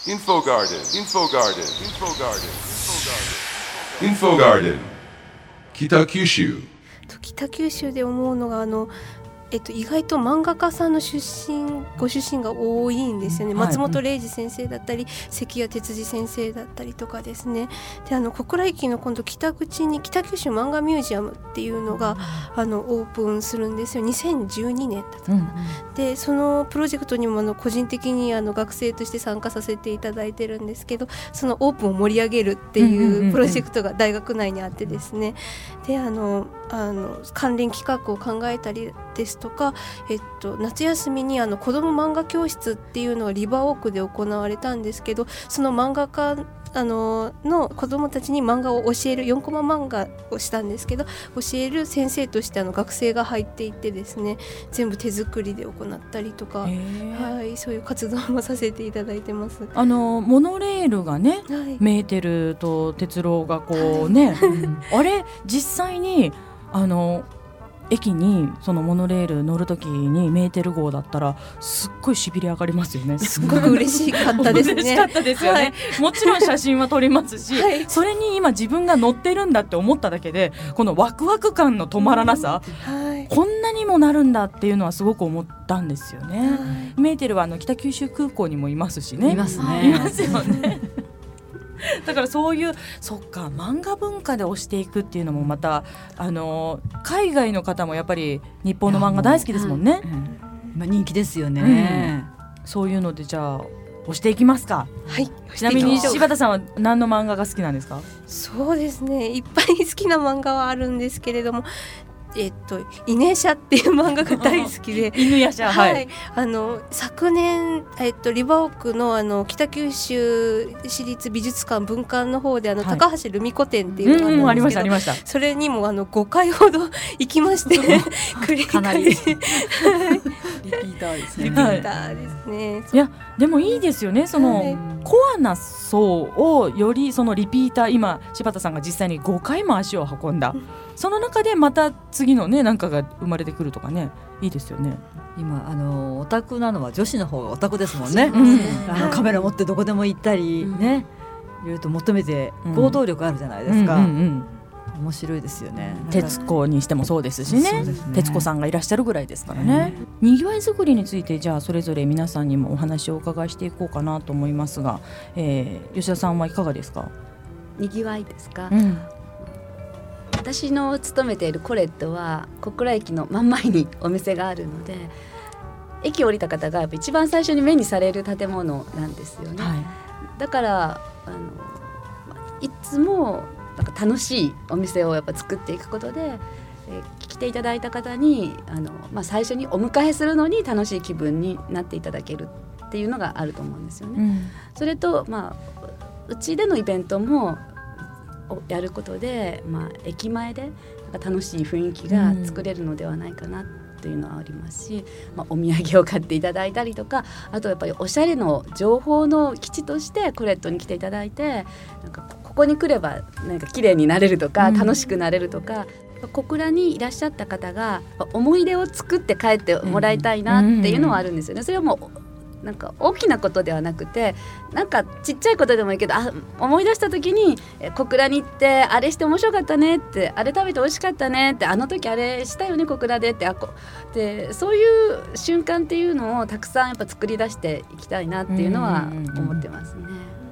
Infogarden. 北九州。 北九州で思うのが意外と漫画家さんのご出身が多いんですよね、松本零士先生だったり関谷哲司先生だったりとかですね。で小倉駅の今度北口に北九州漫画ミュージアムっていうのがオープンするんですよ。2012年だったかな、でそのプロジェクトにも個人的に学生として参加させていただいてるんですけど、そのオープンを盛り上げるっていうプロジェクトが大学内にあってですね、で関連企画を考えたりですとか、夏休みに子ども漫画教室っていうのがリバーオークで行われたんですけど、その漫画家の子どもたちに漫画を教える4コマ漫画をしたんですけど、教える先生として学生が入っていってですね、全部手作りで行ったりとか、そういう活動もさせていただいてます。 モノレールがね、メーテルと鉄郎がこうね、あれ実際に駅にそのモノレール乗るときにメーテル号だったらすっごいしびれ上がりますよね。 すっごく嬉しかったですね。 嬉しかったですよね、もちろん写真は撮りますし、それに今自分が乗ってるんだって思っただけでこのワクワク感の止まらなさ、こんなにもなるんだっていうのはすごく思ったんですよね。メーテルは北九州空港にもいますしね。 いますね。 いますよねだからそういうそっか漫画文化で推していくっていうのもまた海外の方もやっぱり日本の漫画大好きですもんね。 人気ですよね、 そういうのでじゃあ推していきますか。ちなみに柴田さんは何の漫画が好きなんですか？ そうですね、いっぱい好きな漫画はあるんですけれども、犬夜叉っていう漫画が大好きで犬夜叉、 昨年、リバオークの北九州市立美術館文館の方で高橋留美子展っていうのがあるんですけど、 ありましたそれにも5回ほど行きまして繰り返しリピーターですね。 リピーターですね。 いやでもいいですよね、その、コアな層をよりそのリピーター、今柴田さんが実際に5回も足を運んだ、その中でまた次のねなんかが生まれてくるとかね、いいですよね。 今オタクなのは女子の方がオタクですもんね、カメラ持ってどこでも行ったりね、いろいろと求めて行動力あるじゃないですか、面白いですよね。 徹子にしてもそうですしね、徹子さんがいらっしゃるぐらいですからね。にぎわい作りについてじゃあそれぞれ皆さんにもお話をお伺いしていこうかなと思いますが、吉田さんはいかがですか？ にぎわいですか、私の勤めているコレットは小倉駅の真ん前にお店があるので、駅降りた方がやっぱ一番最初に目にされる建物なんですよね、だからいつもなんか楽しいお店をやっぱ作っていくことで、来ていただいた方に最初にお迎えするのに楽しい気分になっていただけるっていうのがあると思うんですよね、それとうちでのイベントもやることで、駅前で楽しい雰囲気が作れるのではないかなというのはありますし、お土産を買っていただいたりとか、あとやっぱりおしゃれの情報の基地としてコレットに来ていただいて、なんかここに来ればなんか綺麗になれるとか、楽しくなれるとか、小倉にいらっしゃった方が思い出を作って帰ってもらいたいなっていうのはあるんですよね。それはもうなんか大きなことではなくて、なんかちっちゃいことでもいいけど、思い出した時に小倉に行ってあれして面白かったねって、あれ食べて美味しかったねって、あの時あれしたよね小倉でって、でそういう瞬間っていうのをたくさんやっぱ作り出していきたいなっていうのは思ってますね。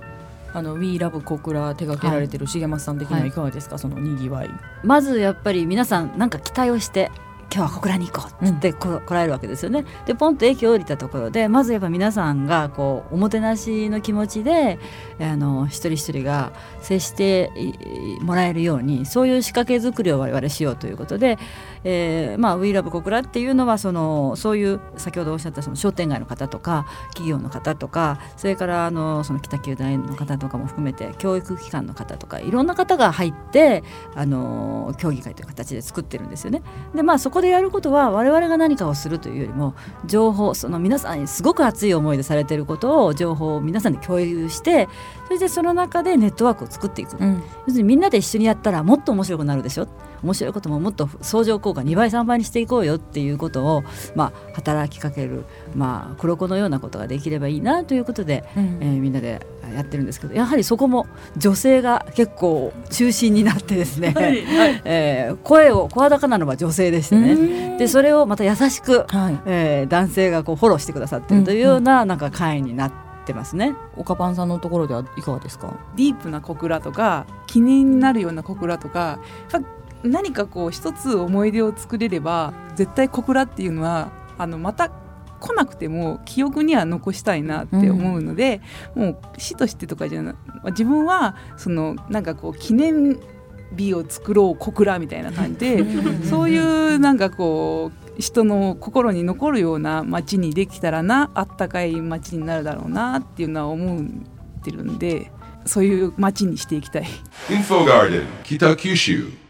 We Love 小倉手掛けられてる重松さん的にはいかがですか、そのにぎわい。 まずやっぱり皆さんなんか期待をして今日は小倉に行こうって来られるわけですよね。でポンと駅を降りたところでまずやっぱ皆さんがこうおもてなしの気持ちで一人一人が接してもらえるように、そういう仕掛け作りを我々しようということで、We Love 小倉っていうのはそういう先ほどおっしゃったその商店街の方とか企業の方とか、それからその北九大の方とかも含めて教育機関の方とかいろんな方が入って協議会という形で作ってるんですよね。でそここでやることは我々が何かをするというよりも情報、その皆さんにすごく熱い思いでされていることを情報を皆さんに共有して、それでその中でネットワークを作っていく、要するにみんなで一緒にやったらもっと面白くなるでしょ、面白いことももっと相乗効果2倍3倍にしていこうよっていうことを、働きかける、黒子のようなことができればいいなということで、みんなでやってるんですけど、やはりそこも女性が結構中心になってですね、声を声高なのは女性でしてね、でそれをまた優しく、男性がこうフォローしてくださっているというような、なんか会になってますね。 岡パンさんのところではいかがですか？ ディープな小倉とか記念になるような小倉とか、何かこう一つ思い出を作れれば絶対小倉っていうのはまた来なくても記憶には残したいなって思うので、もう市としてとかじゃな自分はなんかこう記念日を作ろう小倉みたいな感じでそういうなんかこう人の心に残るような街にできたらな、あったかい街になるだろうなっていうのは思ってるんで、そういう街にしていきたい。 Info Garden 北九州